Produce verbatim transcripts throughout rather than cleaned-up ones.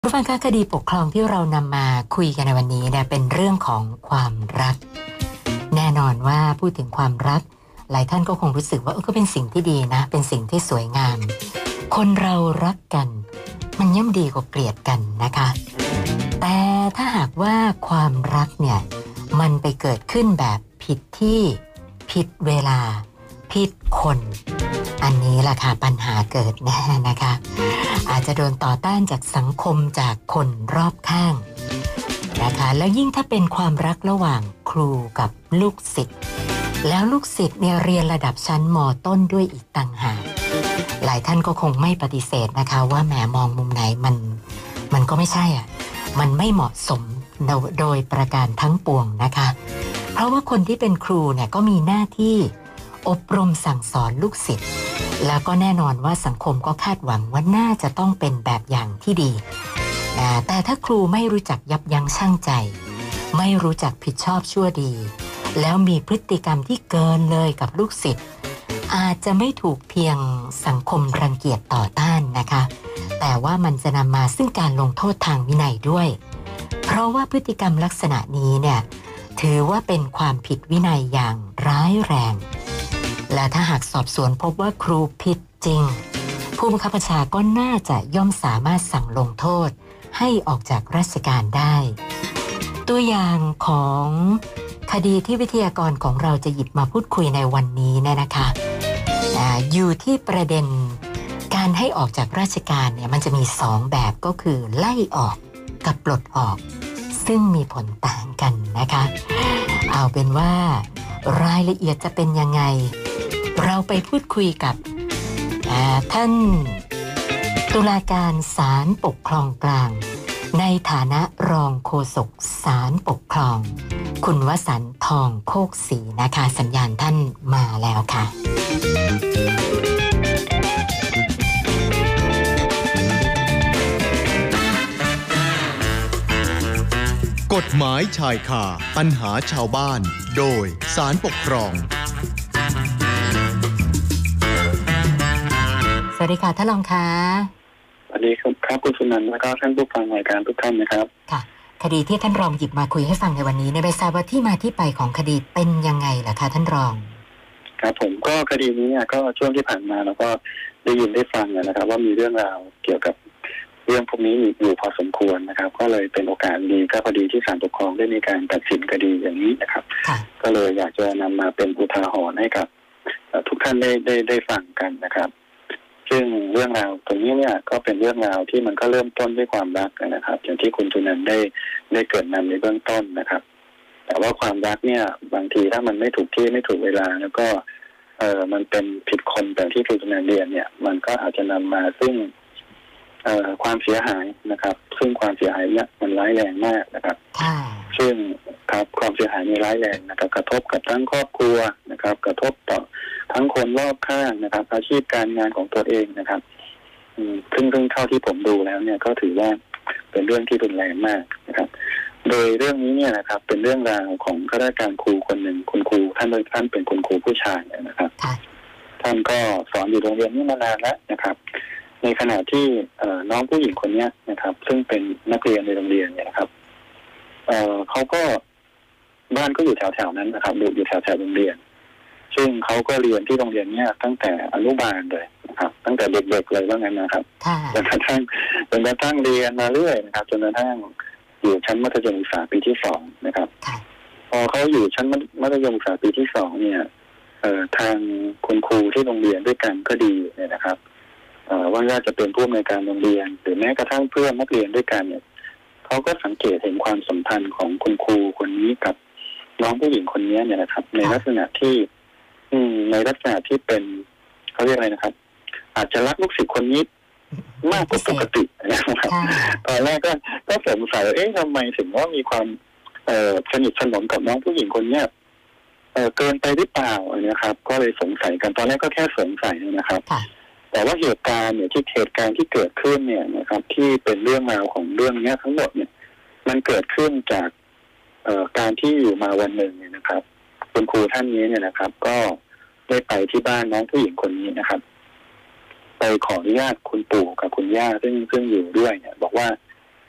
ผู้ฟังคะคดีปกครองที่เรานำมาคุยกันในวันนี้เนี่ยเป็นเรื่องของความรักแน่นอนว่าพูดถึงความรักหลายท่านก็คงรู้สึกว่าเออก็เป็นสิ่งที่ดีนะเป็นสิ่งที่สวยงามคนเรารักกันมันย่อมดีกว่าเกลียดกันนะคะแต่ถ้าหากว่าความรักเนี่ยมันไปเกิดขึ้นแบบผิดที่ผิดเวลาผิดคนอันนี้ล่ะค่ะปัญหาเกิดแน่นะคะอาจจะโดนต่อต้านจากสังคมจากคนรอบข้างนะคะแล้วยิ่งถ้าเป็นความรักระหว่างครูกับลูกศิษย์แล้วลูกศิษย์เนี่ยเรียนระดับชั้นม.ต้นด้วยอีกต่างหากหลายท่านก็คงไม่ปฏิเสธนะคะว่าแหมมองมุมไหนมันมันก็ไม่ใช่อ่ะมันไม่เหมาะสมโดยประการทั้งปวงนะคะเพราะว่าคนที่เป็นครูเนี่ยก็มีหน้าที่อบรมสั่งสอนลูกศิษย์แล้วก็แน่นอนว่าสังคมก็คาดหวังว่าน่าจะต้องเป็นแบบอย่างที่ดีนะแต่ถ้าครูไม่รู้จักยับยั้งชั่งใจไม่รู้จักผิดชอบชั่วดีแล้วมีพฤติกรรมที่เกินเลยกับลูกศิษย์อาจจะไม่ถูกเพียงสังคมรังเกียจต่อต้านนะคะแต่ว่ามันจะนำมาซึ่งการลงโทษทางวินัยด้วยเพราะว่าพฤติกรรมลักษณะนี้เนี่ยถือว่าเป็นความผิดวินัยอย่างร้ายแรงและถ้าหากสอบสวนพบว่าครูผิดจริงผู้บังคับบัญชาก็น่าจะย่อมสามารถสั่งลงโทษให้ออกจากราชการได้ตัวอย่างของคดีที่วิทยากรของเราจะหยิบมาพูดคุยในวันนี้เนี่ยนะคะอยู่ที่ประเด็นการให้ออกจากราชการเนี่ยมันจะมีสองแบบก็คือไล่ออกกับปลดออกซึ่งมีผลต่างกันนะคะเอาเป็นว่ารายละเอียดจะเป็นยังไงเราไปพูดคุยกับท่านตุลาการศาลปกครองกลางในฐานะรองโฆษกศาลปกครองคุณวสันต์ทองโคกศรีนะคะสัญญาณท่านมาแล้วค่ะกฎหมายชายคาปัญหาชาวบ้านโดยศาลปกครองสวัสดีค่ะท่านรองค่ะสวัสดีครับคุณสุนันท์และก็ท่านผู้ฟังรายการทุกท่านนะครับค่ะคดีที่ท่านรองหยิบมาคุยให้ฟังในวันนี้ในไม่ทราบว่าที่มาที่ไปของคดีเป็นยังไงล่ะคะท่านรองครับผมก็คดีนี้ก็ช่วงที่ผ่านมาเราก็ได้ยินได้ฟังนะครับว่ามีเรื่องราวเกี่ยวกับเรื่องพวกนี้อยู่พอสมควรนะครับก็เลยเป็นโอกาสดีก็พอดีที่ศาลปกครองได้มีการตัดสินคดีอย่างนี้นะครับก็เลยอยากจะนำมาเป็นอุทาหรณ์ให้กับทุกท่านได้ได้ได้ฟังกันนะครับซึ่งเรื่องราวตรงนี้เนี่ยก็เป็นเรื่องราวที่มันก็เริ่มต้นด้วยความรักนะครับอย่างที่คุณจุนันท์ได้ได้เกิดนำในเบื้องต้นนะครับแต่ว่าความรักเนี่ยบางทีถ้ามันไม่ถูกที่ไม่ถูกเวลาแล้วก็เออมันเป็นผิดคนแบบที่คุณจุนันท์เรียนเนี่ยมันก็อาจจะนำมาซึ่งเอ่อความเสียหายนะครับซึ่งความเสียหายเนี่ยมันร้ายแรงมากนะครับซึ่งครับความเสียหายมีร้ายแรงนะครับกระทบกับทั้งครอบครัวนะครับกระทบต่อทั้งคนรอบข้างนะครับอาชีพการงานของตัวเองนะครับซึ่งซึ่งเท่าที่ผมดูแล้วเนี่ยก็ถือว่าเป็นเรื่องที่รุนแรงมากนะครับโดยเรื่องนี้เนี่ยนะครับเป็นเรื่องราวของข้าราชการครูคนหนึ่งคุณครูท่านโดยท่านเป็นคุณครูผู้ชายนะครับท่านก็สอนอยู่โรงเรียนนี้มานานแล้วนะครับในขณะที่น้องผู้หญิงคนนี้นะครับซึ่งเป็นนักเรียนในโรงเรียนเนี่ยนะครับเอ่อเขาก็บ้านก็อยู่แถวๆนั้นนะครับอยู่แถวๆโรงเรียนซึ่งเขาก็เรียนที่โรงเรียนเนี้ยตั้งแต่อนุบาลเลยนะครับตั้งแต่เด็กๆเลยว่างั้นนะครับจนกระทั่งจนกระทั่งเรียนมาเรื่อยนะครับจนกระทั่งอยู่ชั้นมัธยมศึกษาปีที่สองนะครับพอเขาอยู่ชั้นมัธยมศึกษาปีที่สองเนี่ยเอ่อทางคุณครูที่โรงเรียนด้วยกันก็ดีเนี่ยนะครับเอ่อว่าจะเป็นผู้อำนวยการโรงเรียนหรือแม้กระทั่งเพื่อนนักเรียนด้วยกันเนี่ยเขาก็สังเกตเห็นความสัมพันธ์ของคุณครูคนนี้กับน้องผู้หญิงคนนี้เนี่ยนะครับในลักษณะที่ในลักษณะที่เป็นเขาเรียกอะไรนะครับอาจจะรักลูกศิษย์คนนี้มากกว่าปกตินะครับตอนแรกก็ก็สงสัยว่าเอ๊ะทำไมถึงว่ามีความเอ่อสนิทสนมกับน้องผู้หญิงคนนี้เอ่อเกินไปหรือเปล่านะครับก็เลยสงสัยกันตอนแรกก็แค่สงสัยนะครับแต่ว่าเหตุการณ์เนี่ยที่เหตุการณ์ที่เกิดขึ้นเนี่ยนะครับที่เป็นเรื่องราวของเรื่องนี้ทั้งหมดเนี่ยมันเกิดขึ้นจากเอ่อการที่อยู่มาวันหนึ่งเนี่ยนะครับคุณครูท่านนี้เนี่ยนะครับก็ได้ไปที่บ้านน้องผู้หญิงคนนี้นะครับไปขออนุญาตคุณปู่กับคุณย่าซึ่งซึ่งอยู่ด้วยเนี่ยบอกว่า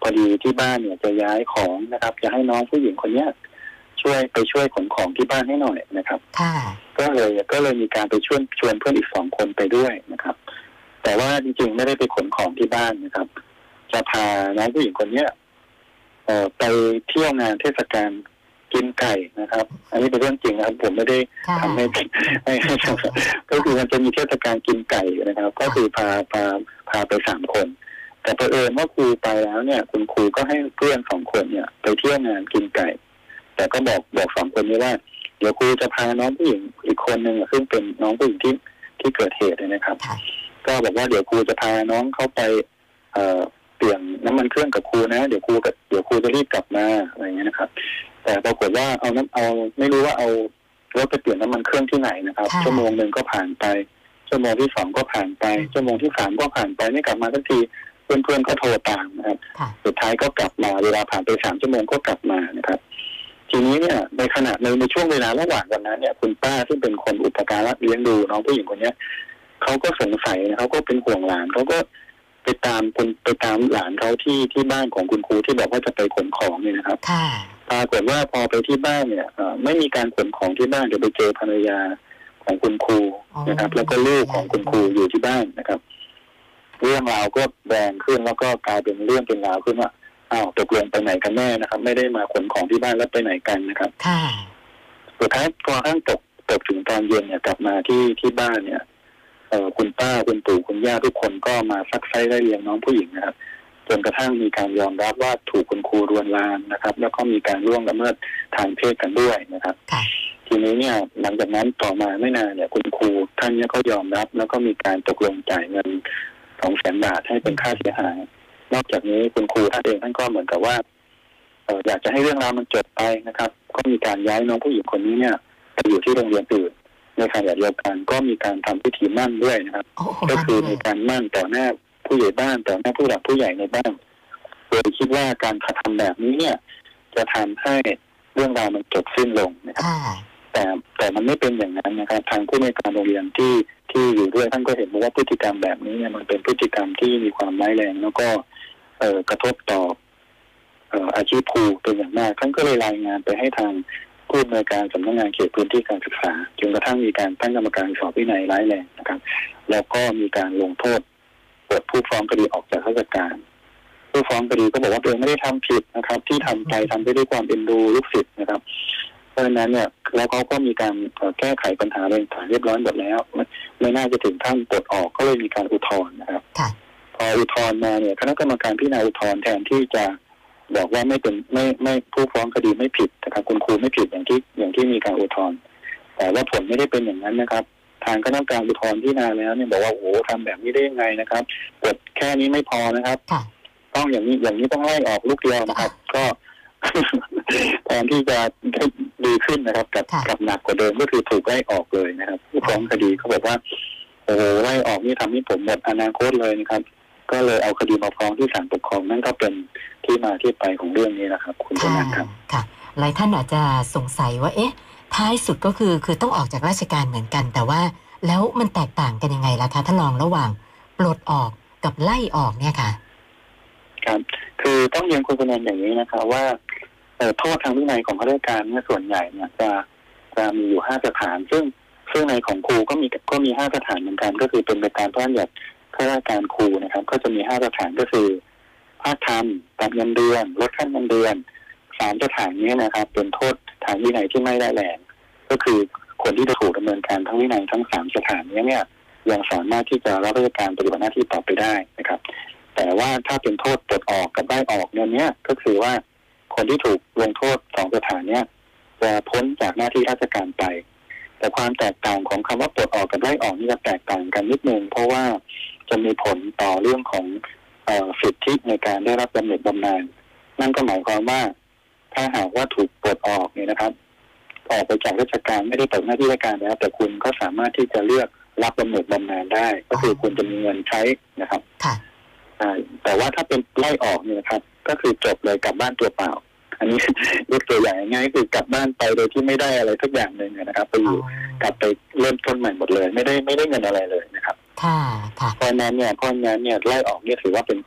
อดีที่บ้านเนี่ยจะย้ายของนะครับจะให้น้องผู้หญิงคนเนี้ยช่วยไปช่วยขนของที่บ้านให้หน่อยนะครับก็เลยก็เลยมีการไปชวนชวนเพื่อนอีกสองคนไปด้วยนะครับแต่ว่าจริงๆไม่ได้ไปขนของที่บ้านนะครับจะพาน้องผู้หญิงคนเนี้ยเอ่อไปเที่ยวงานเทศกาลกินไก่นะครับอันนี้เป็นเรื่องจริงนะครับผมไม่ได้ทำให้ให้ก็คือมันจะมีเทศกาลกินไก่นะครับก็คือพาพาพาไปสามคนแต่เผอิญว่าครูไปแล้วเนี่ยคุณครูก็ให้เพื่อนสองคนเนี่ยไปเที่ยวงานกินไก่แต่ก็บอกบอกสองคนนี้ว่าเดี๋ยวครูจะพาน้องผู้หญิงอีกคนหนึ่งซึ่งเป็นน้องผู้หญิงที่ที่เกิดเหตุนะครับก็บอกว่าเดี๋ยวครูจะพาน้องเข้าไปเอ่อเปลี่ยนน้ำมันเครื่องกับครูนะเดี๋ยวครูกับเดี๋ยวครูจะรีบกลับมาอะไรเงี้ยนะครับแต่ปรากฏว่าเอาน้ำเอาไม่รู้ว่าเอารถไปเปลี่ยนน้ำมันเครื่องที่ไหนนะครับชั่วโมงหนึ่งก็ผ่านไปชั่วโมงที่สองก็ผ่านไปชั่วโมงที่สามก็ผ่านไปไม่กลับมาสักทีเพื่อนๆก็โทรตามนะครับสุดท้ายก็กลับมาเวลาผ่านไปสามชั่วโมงก็กลับมานะครับทีนี้เนี่ยในขณะในในช่วงเวลาระหว่างวันนั้นเนี่ยคุณป้าซึ่งเป็นคนอุปการะเลี้ยงดูน้องผู้หญิงคนนี้เขาก็สงสัยนะเขาก็เป็นห่วงหลานเขาก็ไปตามคนไปตามหลานเขาที่ที่บ้านของคุณครูที่บอกว่าจะไปขนของเนี่ยนะครับปรากฏว่าพอไปที่บ้านเนี่ยไม่มีการขนของที่บ้านเดี๋ยวไปเจอภรรยาของคุณครูนะครับแล้วก็ลูกของคุณครูอยู่ที่บ้านนะครับเรื่องราวก็แดงขึ้นแล้วก็กลายเป็นเรื่องเป็นราวขึ้นว่าอ้าวตกลงไปไหนกันแน่นะครับไม่ได้มาขนของที่บ้านแล้วไปไหนกันนะครับสุดท้ายพอทั้งตกตกถึงตอนเย็นเนี่ยกลับมาที่ที่บ้านเนี่ยเอ่อคุณป้าคุณปู่คุณย่าทุกคนก็มาซักไซไล่เลี้ยงน้องผู้หญิงนะครับจนกระทั่งมีการยอมรับว่าถูกคุณครูลวนลามนะครับแล้วก็มีการล่วงละเมิดทางเพศกันด้วยนะครับทีนี้เนี่ยหลังจากนั้นต่อมาไม่นานเนี่ยคุณครูท่านเนี่ยก็ยอมรับแล้วก็มีการตกลงจ่ายเงินสองแสนบาทให้เป็นค่าเสียหายนอกจากนี้คุณครูท่านเองท่านก็เหมือนกับว่าเอ่ออยากจะให้เรื่องราวมันจบไปนะครับก็มีการย้ายน้องผู้หญิงคนนี้เนี่ยไปอยู่ที่โรงเรียนอื่นในขณะเดียวกันก็มีการทำพิธีมั่นด้วยนะครับก็คือมีการมั่นต่อหน้าผู้ใหญ่บ้านต่อหน้าผู้หลักผู้ใหญ่ในบ้านโดยคิดว่าการกระทำแบบนี้เนี่ยจะทำให้เรื่องราวมันจบสิ้นลงนะครับแต่แต่มันไม่เป็นอย่างนั้นนะครับทางผู้ในวยการโรงเรียนที่ที่อยู่ด้วยท่านก็เห็นว่าพฤติกรรมแบบนี้เนี่ยมันเป็นพฤติกรรมที่มีความร้ายแรงแล้วก็เอ่อกระทบต่อเอ่ออาชีพครูเป็นอย่างมากท่านก็เลยรายงานไปให้ทางผู้อำนวยการสำนักงานเขตพื้นที่การศึกษาจนกระทั่งมีการตั้งกรรมการสอบวินัยร้ายแรงนะครับแล้วก็มีการลงโทษปลดผู้ฟ้องคดีออกจากราชการผู้ฟ้องคดีก็บอกว่าตัวเองไม่ได้ทำผิดนะครับที่ทำไปทำไปด้วยความเอ็นดูลูกศิษย์นะครับเพราะฉะนั้นเนี่ยแล้วเขาก็มีการแก้ไขปัญหาเรื่องฐานเรียบร้อยหมดแล้วไม่น่าจะถึงขั้นปลดออกก็เลยมีการอุทธรณ์นะครับพออุทธรณ์มาเนี่ยคณะกรรมการพิจารณาอุทธรณ์แทนที่จะบอกว่าไม่เป็นไม่ไม่ผู้ฟ้องคดีไม่ผิดนะครับคุณครูไม่ผิดอย่างที่อย่างที่มีการอุทธรณ์แต่ว่าผลไม่ได้เป็นอย่างนั้นนะครับทางคณะกรรมการอุทธรณ์พิจารณาแล้วเนี่ยบอกว่าโอ้โหทำแบบนี้ได้ยังไงนะครับปลดแค่นี้ไม่พอนะครับต้องอย่างนี้อย่างนี้ต้องไล่ออกลูกเดียวนะครับก็แทนที่จะได้ดีขึ้นนะครับกับกับหนักกว่าเดิมก็คือถูกไล่ออกเลยนะครับผู้ฟ้องคดีเขาบอกว่าโอ้โหไล่ออกนี่ทำให้ผมหมดอนาคตเลยนะครับก็เลยเอาคดีมาฟ้องที่ศาลปกครองนั่นก็เป็นที่มาที่ไปของเรื่องนี้นะครับคุณผู้ชมครับค่ะหลายท่านอาจจะสงสัยว่าเอ๊ะท้ายสุดก็คือคือต้องออกจากราชการเหมือนกันแต่ว่าแล้วมันแตกต่างกันยังไงล่ะคะท่านรองระหว่างปลดออกกับไล่ออกเนี่ยค่ะครับคือต้องเรียนคุณผู้ชมอย่างนี้นะคะว่าโทษทางวินัยของข้าราชการเนี่ยส่วนใหญ่เนี่ยจะจะมีอยู่ห้าสถานซึ่งซึ่งในของครูก็มีก็มีห้าสถานเหมือนกันก็คือเป็นไปตามพระราชบัญญัติข้าราชการครูนะครับก็จะมีห้าสถานก็คือภาคทันตัดเงินเดือนลดขั้นเงินเดือนสามสถานนี้นะครับเป็นโทษทางวินัยที่ไม่ได้แรงก็คือคนที่จะถูกดำเนินการทั้งวินัยทั้งสามสถานนี้เนี่ยยังสามารถที่จะรับราชการปฏิบัติหน้าที่ต่อไปได้นะครับแต่ว่าถ้าเป็นโทษปลดออกกับไล่ออกเนี่ยนี้ก็คือว่าคนที่ถูกลงโทษสองสถานเนี้ยจะพ้นจากหน้าที่ราชการไปแต่ความแตกต่างของคำว่าปลดออกกับไล่ออกนี่จะแตกต่างกันนิดนึงเพราะว่าจะมีผลต่อเรื่องของเอ่อสิทธิในการได้รับบำเหน็จบำนาญนั่นก็หมายความว่าถ้าหากว่าถูกปลดออกเนี่ยนะครับออกไปจากราชการไม่ได้ตกหน้าที่ราชการแล้วแต่คุณก็สามารถที่จะเลือกรับบำเหน็จบำนาญได้ก็คือคุณจะมีเงินใช้นะครับแต่ว่าถ้าเป็นไล่ออกเนี่ยนะครับก็คือจบเลยกลับบ้านตัวเปล่าอันนี้ยกตัวอย่างง่ายๆคือกลับบ้านไปโดยที่ไม่ได้อะไรทุกอย่างเลยนะครับไปอยู่กลับไปเริ่มต้นใหม่หมดเลยไม่ได้ไม่ได้เงินอะไรเลยนะครับค่ะค่ะเพราะนั้นเนี่ยเพราะนั้นเนี่ยไล่ออกเนี่ยถือว่าเป็นโท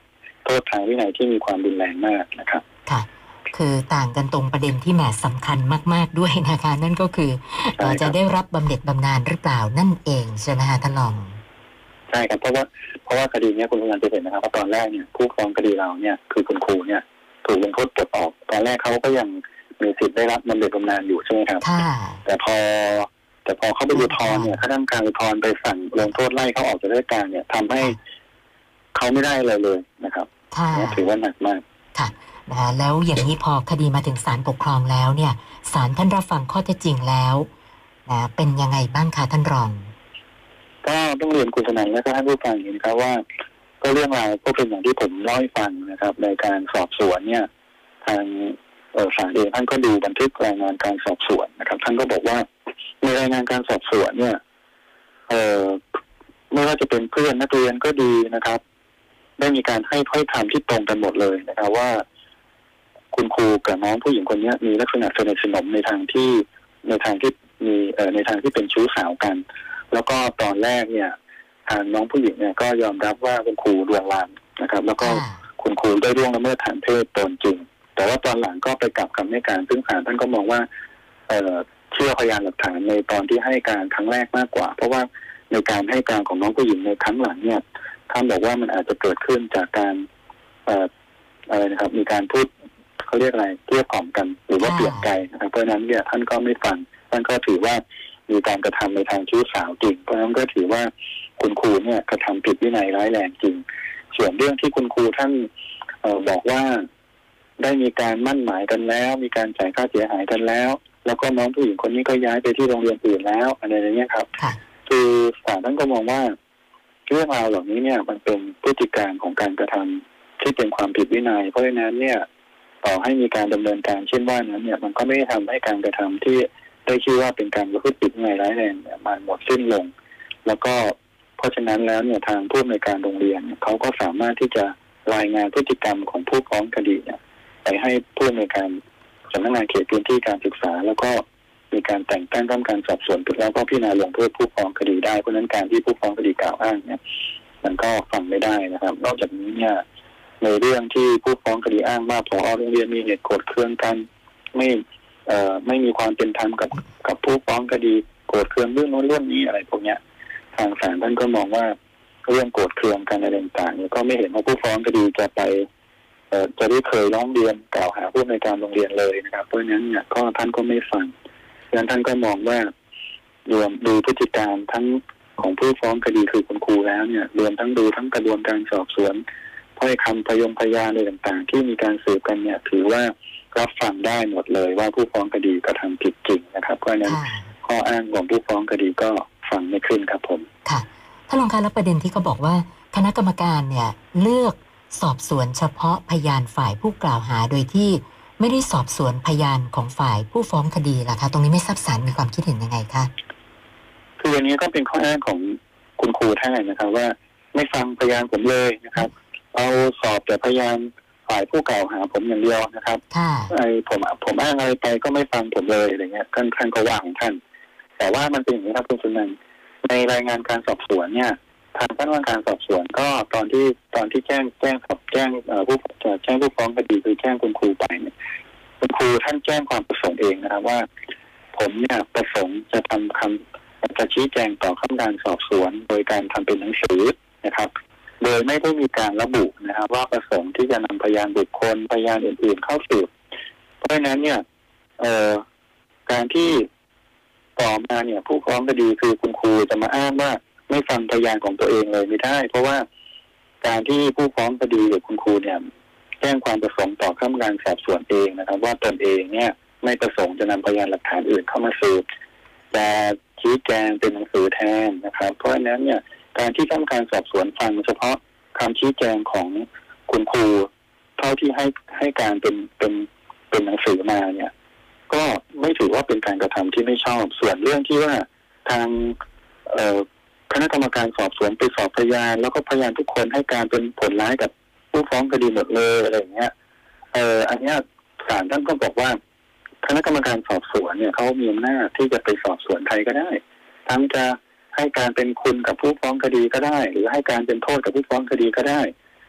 ทษทางวินัยที่มีความรุนแรงมากนะครับค่ะคือต่างกันตรงประเด็นที่แหมสำคัญมากๆด้วยนะคะนั่นก็คือจะได้รับบำเหน็จบำนาญหรือเปล่านั่นเองใช่ไหมคะท่านรองใช่ครับเพราะว่าเพราะว่าคดีนี้คุณผู้ชมจะเห็นนะครับว่าตอนแรกเนี่ยผู้ฟ้องคดีเราเนี่ยคือคุณครูเนี่ยถูกลงโทษปลดออกตอนแรกเขาก็ยังมีสิทธิ์ได้รับบำเหน็จบำนาญอยู่ใช่ไหมครับแต่พอแต่พอเขาไปอุทธรณ์เนี่ยคณะกรรมการอุทธรณ์ไปสั่งลงโทษไล่เขาออกจากราชการเนี่ยทำให้เขาไม่ได้เลยเลยนะครับถือว่าหนักมากค่ะนะแล้วอย่างนี้พอคดีมาถึงศาลปกครองแล้วเนี่ยศาลท่านรับฟังข้อเท็จจริงแล้วนะเป็นยังไงบ้างคะท่านรองก็ต้องเรียนคุณสนัยและท่านผู้ฟังเห็นครับว่าก็เรื่องราวก็เป็นอย่างที่ผมเล่าให้ฟังนะครับในการสอบสวนเนี่ยทางศาลเองท่านก็ดูบันทึกรายงานการสอบสวนนะครับท่านก็บอกว่าในรายงานการสอบสวนเนี่ยเอ่อไม่ว่าจะเป็นเพื่อนนักเรียนก็ดีนะครับได้มีการให้ถ้อยคำที่ตรงกันหมดเลยนะครับว่าคุณครูกับน้องผู้หญิงคนนี้มีลักษณะสนิทสนมในทางที่ในทางที่มีเอ่อในทางที่เป็นชู้สาวกันแล้วก็ตอนแรกเนี่ยทางน้องผู้หญิงเนี่ยก็ยอมรับว่าคุณครูลวนลามนะครับแล้วก็คุณครูได้ล่วงละเมิดทางเพศตนจริงแต่ว่าตอนหลังก็ไปกลับคำให้การซึ่งศาลท่านก็มองว่าเอ่อเชื่อพยานหลักฐานในตอนที่ให้การครั้งแรกมากกว่าเพราะว่าในการให้การของน้องผู้หญิงในครั้งหลังเนี่ยท่านบอกว่ามันอาจจะเกิดขึ้นจากการเอ่ออะไรนะครับมีการพูดเขาเรียกอะไรเกลี้ยกล่อมกันหรือว่าเปลี่ยนใจนะครับเพราะฉะนั้นเนี่ยท่านก็ไม่ฟังท่านก็ถือว่ามีการกระทำในทางชู้สาวจริงเพราะฉะนั้นก็ถือว่าคุณครูเนี่ยกระทำผิดวินัยร้ายแรงจริงส่วนเรื่องที่คุณครูท่านเอ่อบอกว่าได้มีการมั่นหมายกันแล้วมีการจ่ายค่าเสียหายกันแล้วแล้วก็น้องผู้หญิงคนนี้ก็ย้ายไปที่โรงเรียนอื่นแล้วอะไรอย่างเงี้ยครับคือศาลท่านก็มองว่าเรื่องราวเหล่านี้เนี่ยมันเป็นพฤติการของการกระทำที่เป็นความผิดวินัยเพราะฉะนั้นเนี่ยต่อให้มีการดำเนินการเช่นว่านั้นเนี่ยมันก็ไม่ได้ทำให้การกระทำที่ได้ชื่อว่าเป็นการประพฤติผิดวินัยร้ายแรงเนี่ยมันหมดสิ้นลงแล้วก็เพราะฉะนั้นแล้วเนี่ยทางผู้อำนวยการโรงเรียนเขาก็สามารถที่จะรายงานพฤติกรรมของผู้ฟ้องคดีเนี่ยไปให้ผู้อำนวยการสำนักงานเขตพื้นที่การศึกษาแล้วก็มีการแต่งตั้งกรรมการสอบสวนแล้วก็พิจารณาลงโทษผู้ฟ้องคดีได้เพราะฉะนั้นการที่ผู้ฟ้องคดีกล่าวอ้างเนี่ยมันก็ฟังไม่ได้นะครับนอกจากนี้เนี่ยในเรื่องที่ผู้ฟ้องคดีอ้างว่าผอ.โรงเรียนมีเหตุโกรธเคืองกันไม่เอ่อไม่มีความเป็นธรรมกับกับผู้ฟ้องคดีโกรธเคืองเรื่องโน้นเรื่องนี้อะไรพวกเนี้ยทางศาลท่านก็มองว่าเรื่องโกรธเคืองกันอะไรต่างๆเนี่ยก็ไม่เห็นว่าผู้ฟ้องคดีจะไปเอ่อจะได้เคยร้องเรียนกล่าวหาผู้อำนวยการโรงเรียนเลยนะครับเพราะฉะนั้นเนี่ยก็ท่านก็ไม่ฟังดังนั้นท่านก็มองว่ารวมดูพฤติการทั้งของผู้ฟ้องคดีคือคุณครูแล้วเนี่ยรวมทั้งดูทั้งกระบวนการสอบสวนถ้อยคำพยงพยานอะไรต่างๆที่มีการสืบกันเนี่ยถือว่ารับฟังได้หมดเลยว่าผู้ฟ้องคดีกระทำผิดจริงนะครับเพราะฉะนั้นข้ออ้างของผู้ฟ้องคดีก็ฟังไม่ขึ้นครับผมค่ะท่านรองคะแล้วประเด็นที่เขาบอกว่าคณะกรรมการเนี่ยเลือกสอบสวนเฉพาะพยานฝ่ายผู้กล่าวหาโดยที่ไม่ได้สอบสวนพยานของฝ่ายผู้ฟ้องคดีล่ะคะตรงนี้ไม่ทราบศาลมีความคิดเห็นยังไงคะคืออันนี้ก็เป็นข้ออ้างของคุณครูท่านนะครับว่าไม่ฟังพยานผมเลยนะครับเอาสอบแต่พยานฝ่ายผู้กล่าวหาผมอย่างเดียวนะครับไอ้ผมผมอ้างอะไรไปก็ไม่ฟังผมเลยอะไรเงี้ยท่านท่านก็ว่าของท่านแต่ว่ามันเป็นอย่างนี้ครับคุณสุนันท์ในรายงานการสอบสวนเนี่ยทางพนักงานการสอบสวนก็ตอนที่ตอนที่แจ้งแจ้งสอบแจ้งผู้แจ้งผู้ฟ้องคดีคือแจ้งคุณครูไปเนี่ยคุณครูท่านแจ้งความประสงค์เองนะครับว่าผมเนี่ยประสงค์จะทำคำจะชี้แจงต่อคณะกรรมการสอบสวนโดยการทำเป็นหนังสือนะครับโดยไม่ได้มีการระบุนะครับว่าประสงค์ที่จะนำพยานบุคคลพยานอื่นๆเข้าสืบเพราะฉะนั้นเนี่ยเอ่อการที่ต่อมาเนี่ยผู้ฟ้องคดีคือคุณครูจะมาอ้างว่าไม่ฟังพยานของตัวเองเลยไม่ได้เพราะว่าการที่ผู้ฟ้องคดีหรือคุณครูเนี่ยแจ้งความประสงค์ต่อคณะกรรมการสอบสวนเองนะครับว่าตนเองเนี่ยไม่ประสงค์จะนำพยานหลักฐานอื่นเข้ามาสืบแต่ชี้แจงเป็นหนังสือแทนนะครับเพราะฉะนั้นเนี่ยการที่คณะกรรมการสอบสวนฟังเฉพาะคำชี้แจงของคุณครูเท่าที่ให้ให้การเป็นเป็นเป็นหนังสือมาเนี่ยก็ไม่ถือว่าเป็นการกระทำที่ไม่ชอบส่วนเรื่องที่ว่าทางเอ่อคณะกรรมการสอบสวนไปสอบพยานแล้วก็พยานทุกคนให้การเป็นผลร้ายกับผู้ฟ้องคดีหมดเลยอะไรอย่างเงี้ยเอ่ออันเนี้ยศาลท่านก็บอกว่าคณะกรรมการสอบสวนเนี่ยเขามีอำนาจที่จะไปสอบสวนใครก็ได้ทั้งจะให้การเป็นคุณกับผู้ฟ้องคดีก็ได้หรือให้การเป็นโทษกับผู้ฟ้องคดีก็ได้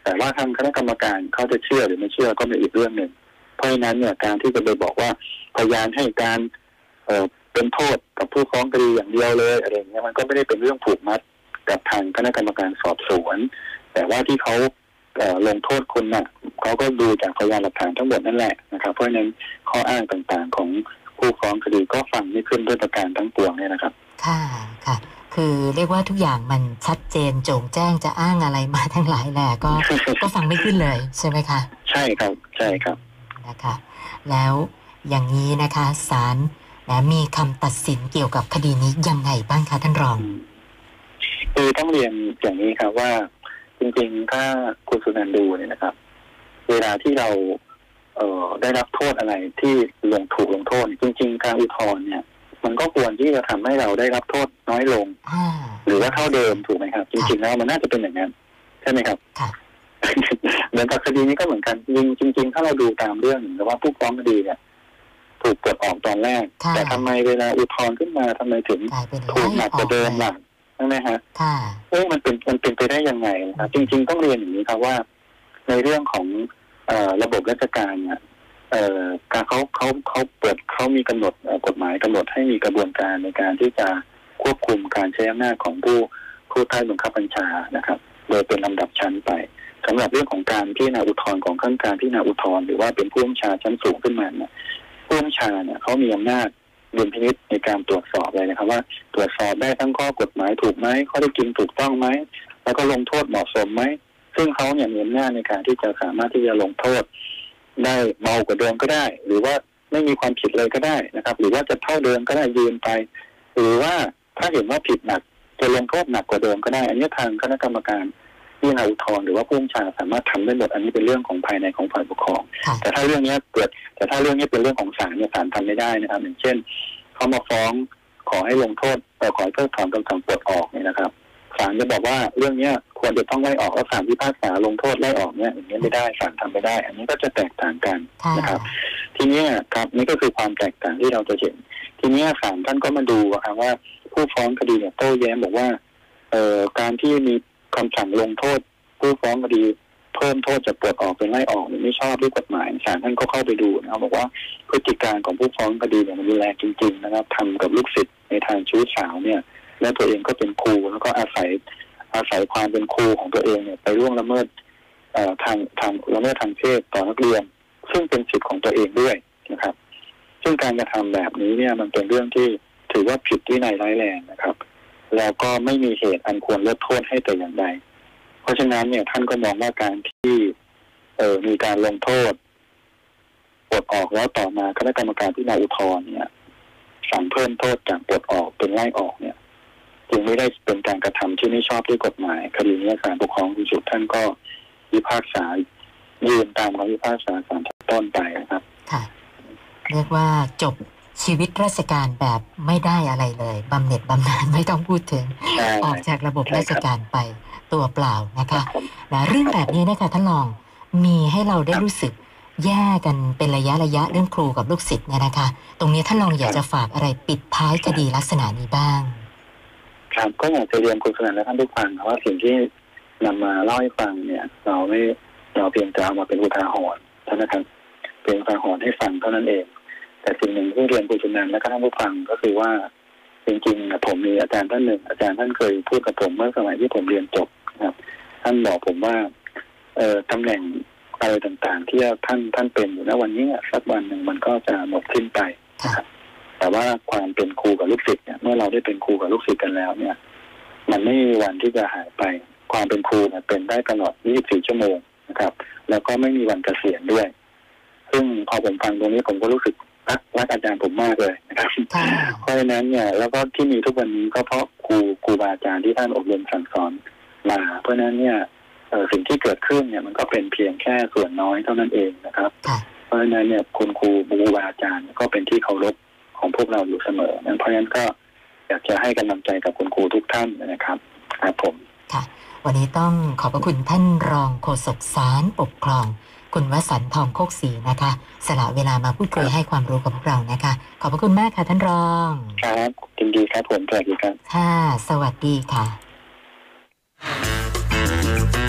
แต่ว่าทางคณะกรรมการเขาจะเชื่อหรือไม่เชื่อก็เป็นอีกเรื่องหนึ่งเพราะฉะนั้นเนี่ยการที่จะไปบอกว่าพยานให้การเอ่อเป็นโทษกับผู้ฟ้องคดีอย่างเดียวเลยอะไรอย่างเงี้ยมันก็ไม่ได้เป็นเรื่องผูกมัดกับทางคณะกรรมการสอบสวนแต่ว่าที่เขาเอ่อลงโทษคนน่ะเขาก็ดูจากพยานหลักฐานทั้งหมดนั่นแหละนะครับเพราะฉะนั้นข้ออ้างต่างๆของผู้ฟ้องคดีก็ฟังไม่ขึ้นด้วยประการทั้งปวงเนี่ยนะครับค่ะค่ะคือเรียกว่าทุกอย่างมันชัดเจนโจ่งแจ้งจะอ้างอะไรมาทั้งหลายแหละก็ ก็ฟังไม่ขึ้นเลยใช่ไหมคะใช่ครับใช่ครับนะคะแล้วอย่างนี้นะคะศาลนะมีคำตัดสินเกี่ยวกับคดีนี้ยังไงบ้างคะท่านรองคือต้องเรียนอย่างนี้ครับว่าจริงๆถ้าคุณสุนันท์ดูเนี่ยนะครับเวลาที่เราเอ่อได้รับโทษอะไรที่ลงถูกลงโทษจริงๆการอุทธรณ์เนี่ยมันก็ควรที่จะทำให้เราได้รับโทษน้อยลงหรือว่าเท่าเดิมถูกไหมครับจริงๆแล้วมันน่าจะเป็นอย่างนั้นใช่ไหมครับเหมือนกับคดีนี้ก็เหมือนกันจริงจริงๆถ้าเราดูตามเรื่องแต่ว่าผู้ฟ้องคดีเนี่ยถูกปลดออกตอนแรกแต่ทำไมเวลาอุทธรณ์ขึ้นมาทำไมถึงถูกหนักกว่าเดิมล่ะใช่ไหมฮะเอ้มันเป็นมันเป็นไปได้ยังไงครับจริงๆต้องเรียนอย่างนี้ครับว่าในเรื่องของเอ่อระบบราชการเนี่ยเอ่อการเขาเขาเขาเปิดเขามีกำหนดกฎหมายกำหนดให้มีกระบวนการในการที่จะควบคุมการใช้อำนาจของผู้ผู้ใต้บังคับบัญชานะครับโดยเป็นลำดับชั้นไปสำหรับเรื่องของการพิจารณาอุทธรณ์ของขั้นการพิจารณาอุทธรณ์หรือว่าเป็นผู้บัญชาชั้นสูงขึ้นมาเนี่ยผู้บัญชาเนี่ยเขามีอำนาจดุลพินิจในการตรวจสอบเลยนะครับว่าตรวจสอบได้ทั้งข้อกฎหมายถูกไหมข้อเท็จจริงถูกต้องไหมแล้วก็ลงโทษเหมาะสมไหมซึ่งเขาเนี่ยมีอำนาจในการที่จะสามารถที่จะลงโทษได้เบากว่าเดิมก็ได้หรือว่าไม่มีความผิดเลยก็ได้นะครับหรือว่าจะเท่าเดิมก็ได้ยืนไปหรือว่าถ้าเห็นว่าผิดหนักจะลงโทษหนักกว่าเดิมก็ได้อันนี้ทางคณะกรรมการพิจารณาอุทธรณ์หรือว่าผู้บัญชาสามารถทำได้หมดอันนี้เป็นเรื่องของภายในของฝ่ายปกครองแต่ถ้าเรื่องนี้เกิดแต่ถ้าเรื่องนี้เป็นเรื่องของศาลเนี่ยศาลทำไม่ได้นะครับอย่างเช่นเขามาฟ้องขอให้ลงโทษขอให้เพิกถอนคำสั่งปลดออกเนี่ยนะครับศาลจะบอกว่าเรื่องนี้ควรจะต้องไล่ออกแล้วศาลพิพากษาลงโทษไล่ออกเนี่ยอย่างนี้ไม่ได้ศาลทำไม่ได้อันนี้ก็จะแตกต่างกันนะครับทีนี้ครับนี่ก็คือความแตกต่างที่เราจะเห็นทีนี้ศาลท่านก็มาดูครับว่าผู้ฟ้องคดีเนี่ยโต้แย้งบอกว่าเอ่อการที่มีคำสั่งลงโทษผู้ฟ้องคดีเพิ่มโทษจากปลดออกเป็นไล่ออกไม่ชอบด้วยกฎหมายศาลท่านก็เข้าไปดูนะครับบอกว่าพฤติการของผู้ฟ้องคดีเนี่ยมันรุนแรงจริงๆนะครับทำกับลูกศิษย์ในทางชู้สาวเนี่ยและตัวเองก็เป็นครูแล้วก็อาศัยอาศัยความเป็นครูของตัวเองเนี่ยไปล่วงละเมิดทางทางละเมิดทางเพศต่อนักเรียนซึ่งเป็นสิทธิ์ของตัวเองด้วยนะครับซึ่งการกระทำแบบนี้เนี่ยมันเป็นเรื่องที่ถือว่าผิดวินัยร้ายแรงนะครับแล้วก็ไม่มีเหตุอันควรลดโทษให้แต่อย่างใดเพราะฉะนั้นเนี่ยท่านก็มองว่าการที่เอ่อมีการลงโทษปลดออกแล้วต่อมาคณะกรรมการพิจารณาอุทธรณ์เนี่ยสั่งเพิ่มโทษจากปลดออกเป็นไล่ออกเนี่ยจึงไม่ได้เป็นการกระทำที่ไม่ชอบด้วยกฎหมายคดีนี้ศาลปกครองสูงสุดท่านก็พิพากษายืนตามคำพิพากษาศาลต้นไปนะครับค่ะเรียกว่าจบชีวิตราชการแบบไม่ได้อะไรเลยบำเหน็จบำนาญไม่ต้องพูดถึงออกจากระบบราชการไปตัวเปล่านะคะและเรื่องแบบนี้นะคะท่านรองมีให้เราได้รู้สึกแย่กันเป็นระยะระยะเรื่องครูกับลูกศิษย์เนี่ยนะคะตรงนี้ท่านรองอยากจะฝากอะไรปิดท้ายคดีลักษณะนี้บ้างครับก็อยากจะเรียนคุณสนั่นและท่านผู้ฟังว่าสิ่งที่นำมาเล่าให้ฟังเนี่ยเราไม่เราเพียงแต่เอามาเป็นอุทาหรณ์เท่านั้นครับเป็นอุทาหรณ์ให้ฟังเท่านั้นเองแต่สิ่งหนึ่งที่เรียนคุณสนั่นและท่านผู้ฟังก็คือว่าจริงๆผมมีอาจารย์ท่านหนึ่งอาจารย์ท่านเคยพูดกับผมเมื่อสมัยที่ผมเรียนจบครับท่านบอกผมว่าเอ่อตำแหน่งอะไรต่างๆที่ท่านท่านเป็นอยู่ณวันนี้สักวันหนึ่งมันก็จะหมดสิ้นไปนะครับแต่ว่าความเป็นครูกับลูกศิษย์เนี่ยเมื่อเราได้เป็นครูกับลูกศิษย์กันแล้วเนี่ยมันไม่มีวันที่จะหายไปความเป็นครูเนี่ยเป็นได้ตลอดยี่สิบสี่ชั่วโมงนะครับแล้วก็ไม่มีวันเกษียณด้วยซึ่งพอผมฟังตรงนี้ผมก็รู้สึกรักรักอาจารย์ผมมากเลยนะครับเพราะฉะนั้นเนี่ยแล้วก็ที่มีทุกวันนี้ก็เพราะครูครูบาอาจารย์ที่ท่านอบรมสั่งสอนมาเพราะฉะนั้นเนี่ยสิ่งที่เกิดขึ้นเนี่ยมันก็เป็นเพียงแค่ส่วนน้อยเท่านั้นเองนะครับเพราะฉะนั้นเนี่ยคุณครูครูบาอาจารย์ก็เป็นที่เคารพของพวกเราอยู่เสมอนั้นเพราะฉะนั้นก็อยากจะให้กำลังใจกับคุณครูทุกท่านนะครับครับผมค่ะวันนี้ต้องขอบพระคุณท่านรองโฆษกศาลปกครองคุณวสันต์ทองโคกศรีนะคะสละเวลามาพูดคุยให้ความรู้กับพวกเรานะคะขอบพระคุณมากค่ะท่านรองครับยินดีครับผมสวัสดีครับค่ะสวัสดีค่ะ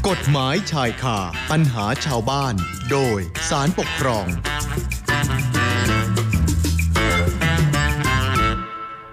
กฎหมายชายคาปัญหาชาวบ้านโดยศาลปกครอง